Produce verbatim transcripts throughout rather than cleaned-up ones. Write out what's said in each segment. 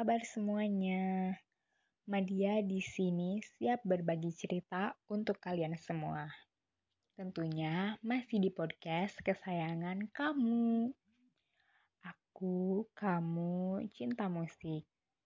kabar semuanya? Madia di sini siap berbagi cerita untuk kalian semua. Tentunya masih di podcast kesayangan kamu. Aku, kamu, cinta musik.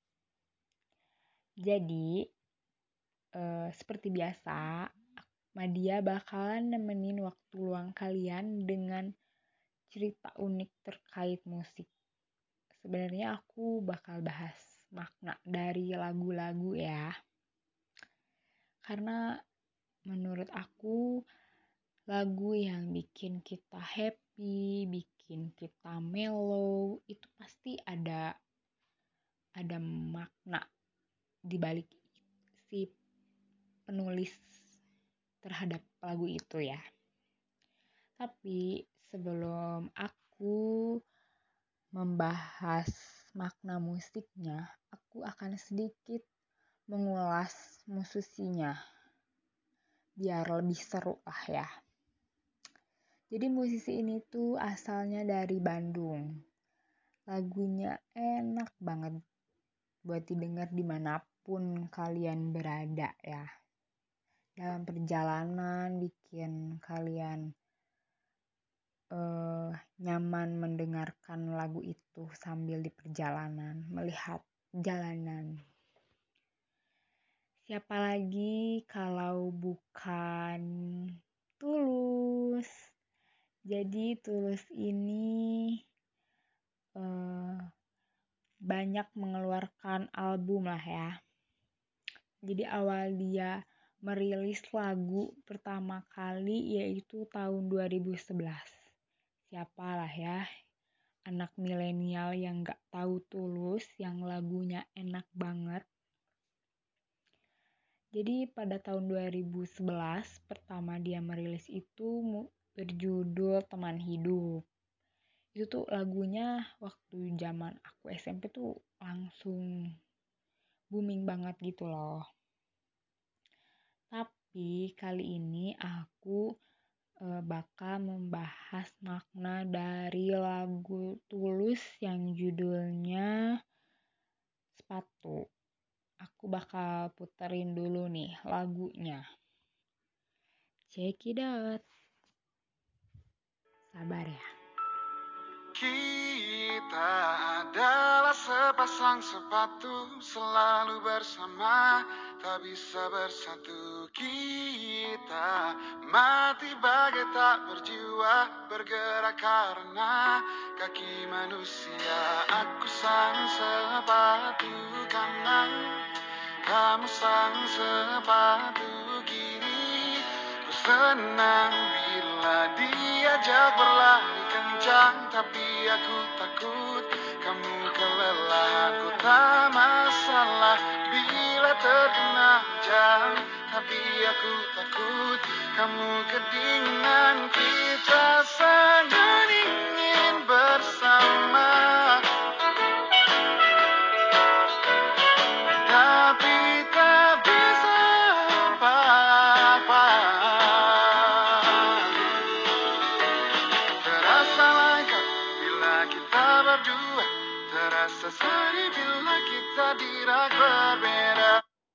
Jadi, eh, seperti biasa, Madia bakalan nemenin waktu luang kalian dengan cerita unik terkait musik. Sebenarnya aku bakal bahas makna dari lagu-lagu ya. Karena menurut aku lagu yang bikin kita happy, bikin kita mellow, itu pasti ada ada makna di balik si penulis terhadap lagu itu ya. Tapi sebelum aku membahas makna musiknya, aku akan sedikit mengulas musisinya biar lebih seru lah ya. Jadi musisi ini tuh asalnya dari Bandung. Lagunya enak banget buat didengar dimanapun kalian berada ya. Dalam perjalanan bikin kalian uh, nyaman mendengarkan lagu itu sambil di perjalanan, melihat jalanan. Siapa lagi kalau bukan Tulus. Jadi Tulus ini uh, banyak mengeluarkan album lah ya. Jadi awal dia merilis lagu pertama kali yaitu tahun dua ribu sebelas. Siapalah ya anak milenial yang gak tahu Tulus, yang lagunya enak banget. Jadi pada tahun dua ribu sebelas pertama dia merilis itu berjudul Teman Hidup. Itu tuh lagunya waktu zaman aku S M P tuh langsung booming banget gitu loh. Tapi kali ini aku e, bakal membahas makna dari lagu Tulus yang judulnya Sepatu. Aku bakal puterin dulu nih lagunya. Check it out. Sabar ya. Kita adalah sepasang sepatu, selalu bersama, tak bisa bersatu. Kita mati bagai tak berjiwa, bergerak karena kaki manusia. Aku sang sepatu kanan, kamu sang sepatu kiri. Ku senang bila diajak berlari kencang, tapi aku takut kamu kelelahan. Ku tak masalah bila terkena hujan, tapi aku takut kamu kedinginan. Kita sangat ingin bersama, tapi tak bisa apa-apa. Terasa lengkap bila kita berdua, terasa sedih bila kita dirak berbeda.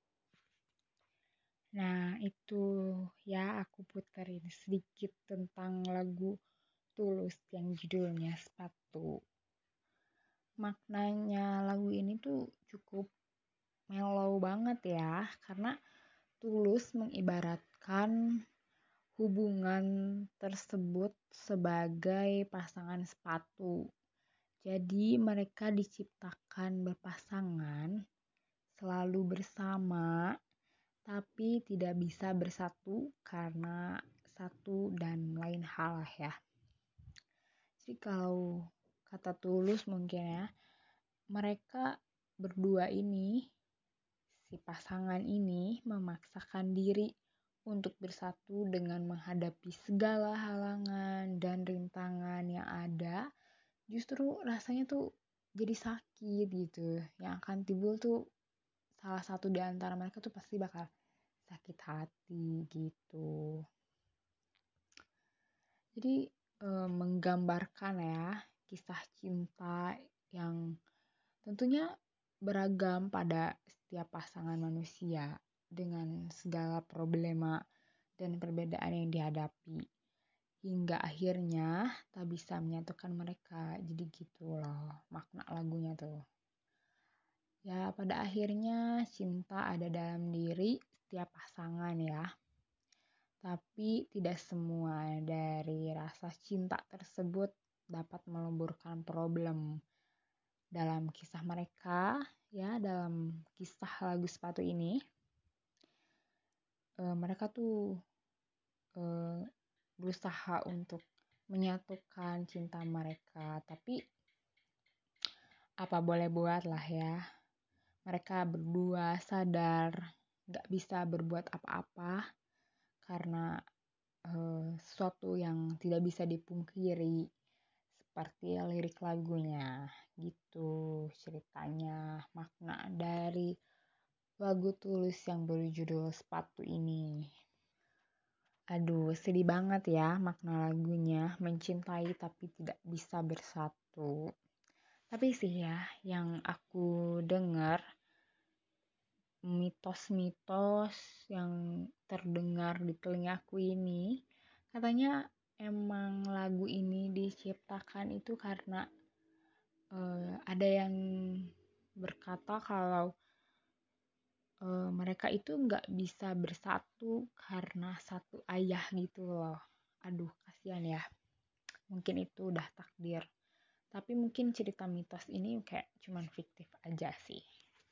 Nah itu ya aku puterin sedikit tentang lagu Tulus yang judulnya Sepatu. Maknanya lagu ini tuh cukup mellow banget ya, karena Tulus mengibaratkan hubungan tersebut sebagai pasangan sepatu. Jadi mereka diciptakan berpasangan, selalu bersama, tapi tidak bisa bersatu karena satu dan lain hal ya. Jadi kalau kata Tulus mungkin ya, mereka berdua ini, si pasangan ini memaksakan diri untuk bersatu dengan menghadapi segala halangan dan rintangan yang ada. Justru rasanya tuh jadi sakit gitu. Yang akan timbul tuh salah satu di antara mereka tuh pasti bakal sakit hati gitu. Jadi e, menggambarkan ya kisah cinta yang tentunya beragam pada setiap pasangan manusia dengan segala problema dan perbedaan yang dihadapi. Hingga akhirnya tak bisa menyatukan mereka. Jadi gitu loh makna lagunya tuh. Ya pada akhirnya cinta ada dalam diri setiap pasangan ya. Tapi tidak semua dari rasa cinta tersebut dapat meluburkan problem. Dalam kisah mereka, ya dalam kisah lagu sepatu ini, eh, mereka tuh eh, berusaha untuk menyatukan cinta mereka. Tapi apa boleh buat lah ya. Mereka berdua sadar gak bisa berbuat apa-apa karena uh, sesuatu yang tidak bisa dipungkiri seperti lirik lagunya gitu ceritanya makna dari lagu Tulus yang berjudul Sepatu ini. Aduh sedih banget ya makna lagunya, mencintai tapi tidak bisa bersatu. Tapi sih ya yang aku dengar mitos-mitos yang terdengar di telingaku ini katanya emang lagu ini diciptakan itu karena uh, ada yang berkata kalau uh, mereka itu nggak bisa bersatu karena satu ayah gitu loh. Aduh kasihan ya, mungkin itu udah takdir, tapi mungkin cerita mitos ini kayak cuman fiktif aja sih.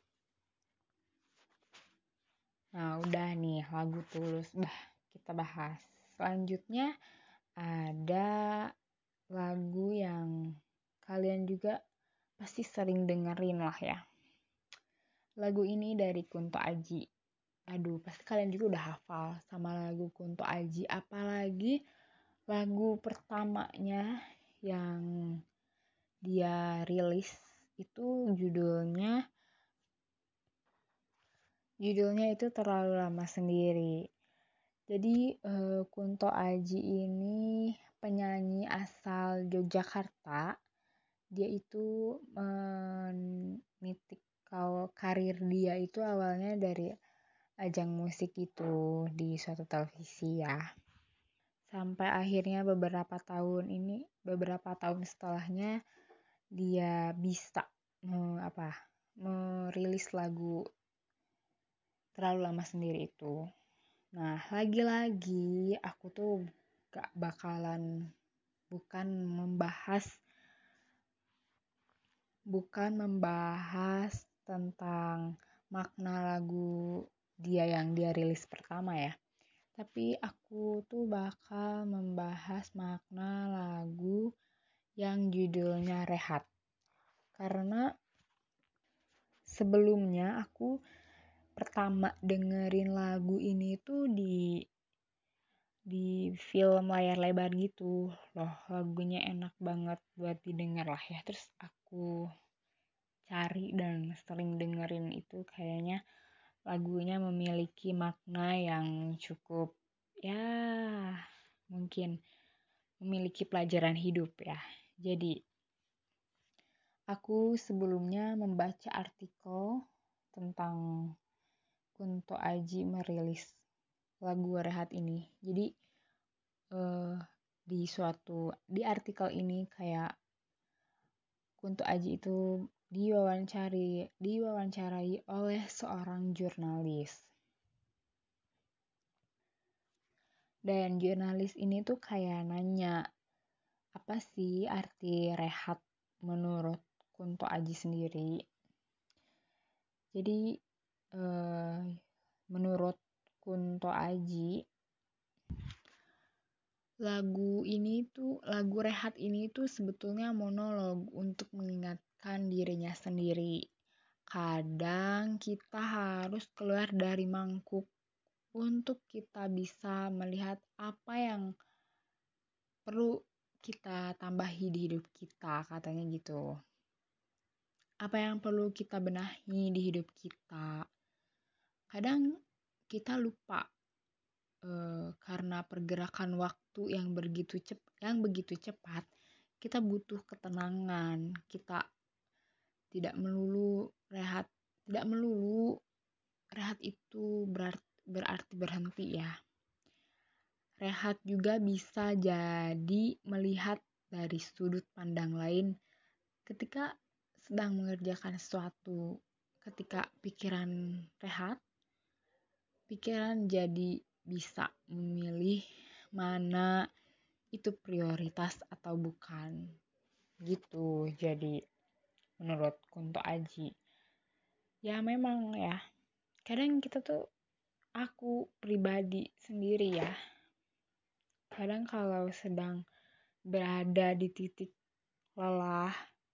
Nah udah nih lagu Tulus dah kita bahas. Selanjutnya ada lagu yang kalian juga pasti sering dengerin lah ya. Lagu ini dari Kunto Aji. Aduh pasti kalian juga udah hafal sama lagu Kunto Aji. Apalagi lagu pertamanya yang dia rilis itu judulnya Judulnya itu Terlalu Lama Sendiri. Jadi uh, Kunto Aji ini penyanyi asal Yogyakarta. Dia itu menitik kalau karir dia itu awalnya dari ajang musik itu di suatu televisi ya. Sampai akhirnya beberapa tahun ini, beberapa tahun setelahnya dia bisa me, apa merilis lagu Terlalu Lama Sendiri itu. Nah, lagi-lagi aku tuh gak bakalan bukan membahas bukan membahas tentang makna lagu dia yang dia rilis pertama ya. Tapi aku tuh bakal membahas makna lagu yang judulnya Rehat. Karena sebelumnya aku pertama dengerin lagu ini tuh di di film layar lebar gitu loh, lagunya enak banget buat didengar lah ya. Terus aku cari dan sering dengerin itu kayaknya lagunya memiliki makna yang cukup ya mungkin memiliki pelajaran hidup ya. Jadi aku sebelumnya membaca artikel tentang Kunto Aji merilis lagu Rehat ini. Jadi uh, di suatu di artikel ini kayak Kunto Aji itu diwawancari diwawancarai oleh seorang jurnalis. Dan jurnalis ini tuh kayak nanya, apa sih arti rehat menurut Kunto Aji sendiri? Jadi eh, menurut Kunto Aji, lagu ini tuh lagu Rehat ini tuh sebetulnya monolog untuk mengingatkan dirinya sendiri. Kadang kita harus keluar dari mangkuk untuk kita bisa melihat apa yang perlu kita tambahi di hidup kita, katanya gitu. Apa yang perlu kita benahi di hidup kita. Kadang kita lupa e, karena pergerakan waktu yang begitu cepat, yang begitu cepat, kita butuh ketenangan. Kita tidak melulu rehat tidak melulu rehat itu berarti, berarti berhenti ya. Rehat juga bisa jadi melihat dari sudut pandang lain ketika sedang mengerjakan sesuatu. Ketika pikiran rehat, pikiran jadi bisa memilih mana itu prioritas atau bukan. Gitu. Jadi menurut Kunto Aji. Ya memang ya. Kadang kita tuh, aku pribadi sendiri ya, kadang kalau sedang berada di titik lelah,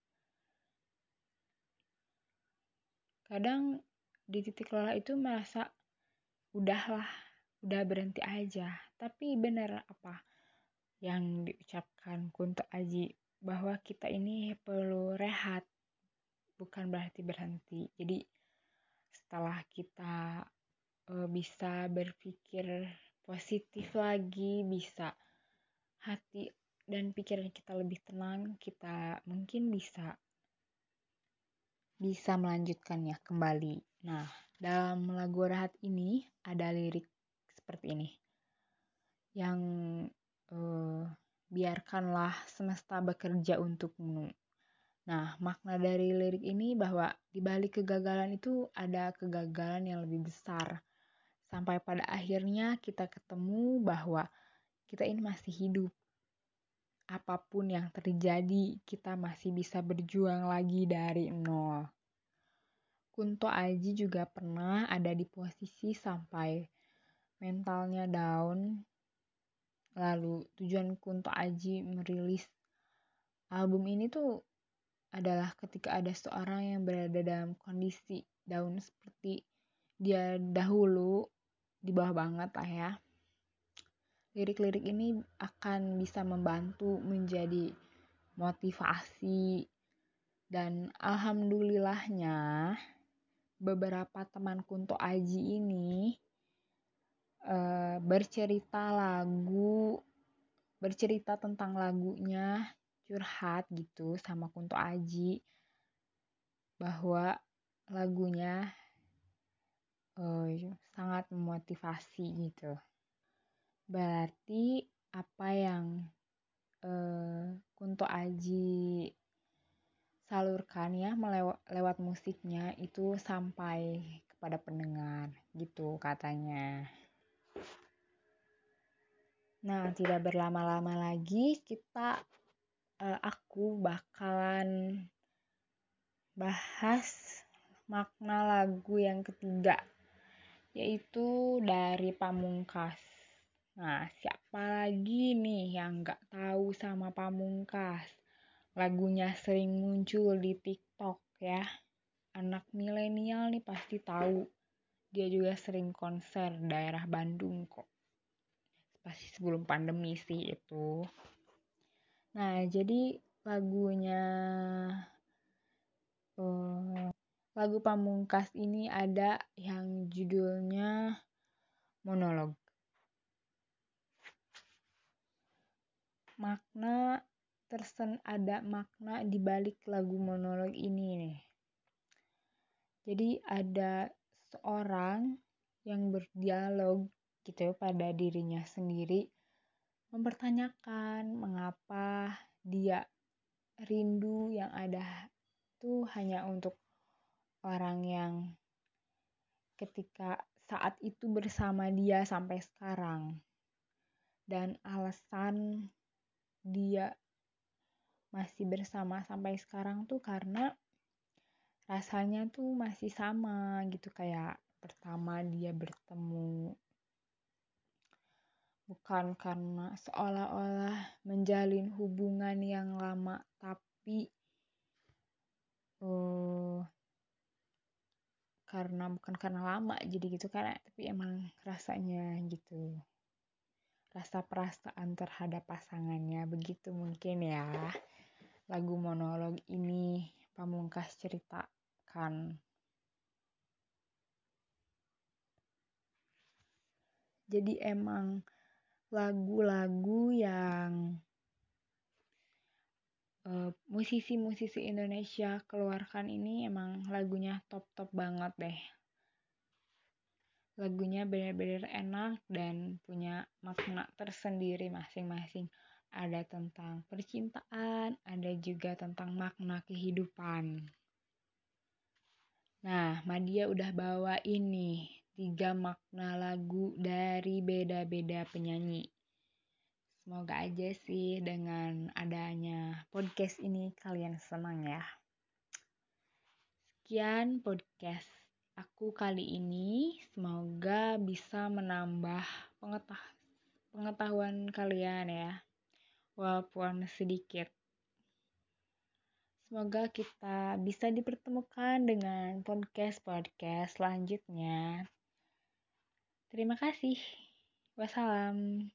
kadang di titik lelah itu merasa udahlah, udah berhenti aja. Tapi bener apa yang diucapkan Kunto Aji, bahwa kita ini perlu rehat, bukan berarti berhenti. Jadi setelah kita e, bisa berpikir positif lagi, bisa hati dan pikiran kita lebih tenang, kita mungkin bisa bisa melanjutkannya kembali. Nah, dalam lagu Rehat ini ada lirik seperti ini. Yang eh, biarkanlah semesta bekerja untukmu. Nah, makna dari lirik ini bahwa di balik kegagalan itu ada kegagalan yang lebih besar. Sampai pada akhirnya kita ketemu bahwa kita ini masih hidup. Apapun yang terjadi, kita masih bisa berjuang lagi dari nol. Kunto Aji juga pernah ada di posisi sampai mentalnya down. Lalu tujuan Kunto Aji merilis album ini tuh adalah ketika ada seorang yang berada dalam kondisi down seperti dia dahulu, di bawah banget lah ya. Lirik-lirik ini akan bisa membantu menjadi motivasi, dan alhamdulillahnya beberapa teman Kunto Aji ini e, bercerita lagu bercerita tentang lagunya, curhat gitu sama Kunto Aji bahwa lagunya e, sangat memotivasi gitu. Berarti apa yang uh, Kunto Aji salurkan ya melewat lewat musiknya itu sampai kepada pendengar gitu katanya. Nah, tidak berlama-lama lagi kita uh, aku bakalan bahas makna lagu yang ketiga, yaitu dari Pamungkas. Nah, siapa lagi nih yang gak tahu sama Pamungkas? Lagunya sering muncul di TikTok ya. Anak milenial nih pasti tahu. Dia juga sering konser daerah Bandung kok. Pasti sebelum pandemi sih itu. Nah, jadi lagunya uh, lagu Pamungkas ini ada yang judulnya Monolog. Makna tersen ada makna di balik lagu monolog ini nih. Jadi ada seorang yang berdialog gitu pada dirinya sendiri, mempertanyakan mengapa dia rindu yang ada itu hanya untuk orang yang ketika saat itu bersama dia sampai sekarang. Dan alasan dia masih bersama sampai sekarang tuh karena rasanya tuh masih sama gitu kayak pertama dia bertemu. Bukan karena seolah-olah menjalin hubungan yang lama, tapi uh, karena bukan karena lama jadi gitu karena tapi emang rasanya gitu. Rasa perasaan terhadap pasangannya begitu mungkin ya. Lagu monolog ini Pamungkas ceritakan. Jadi emang lagu-lagu yang uh, musisi-musisi Indonesia keluarkan ini emang lagunya top-top banget deh. Lagunya benar-benar enak dan punya makna tersendiri masing-masing. Ada tentang percintaan, ada juga tentang makna kehidupan. Nah, Madia udah bawa ini tiga makna lagu dari beda-beda penyanyi. Semoga aja sih dengan adanya podcast ini kalian senang ya. Sekian podcast aku kali ini. Semoga bisa menambah pengetahuan pengetahuan kalian ya, walaupun sedikit. Semoga kita bisa dipertemukan dengan podcast-podcast selanjutnya. Terima kasih. Wassalam.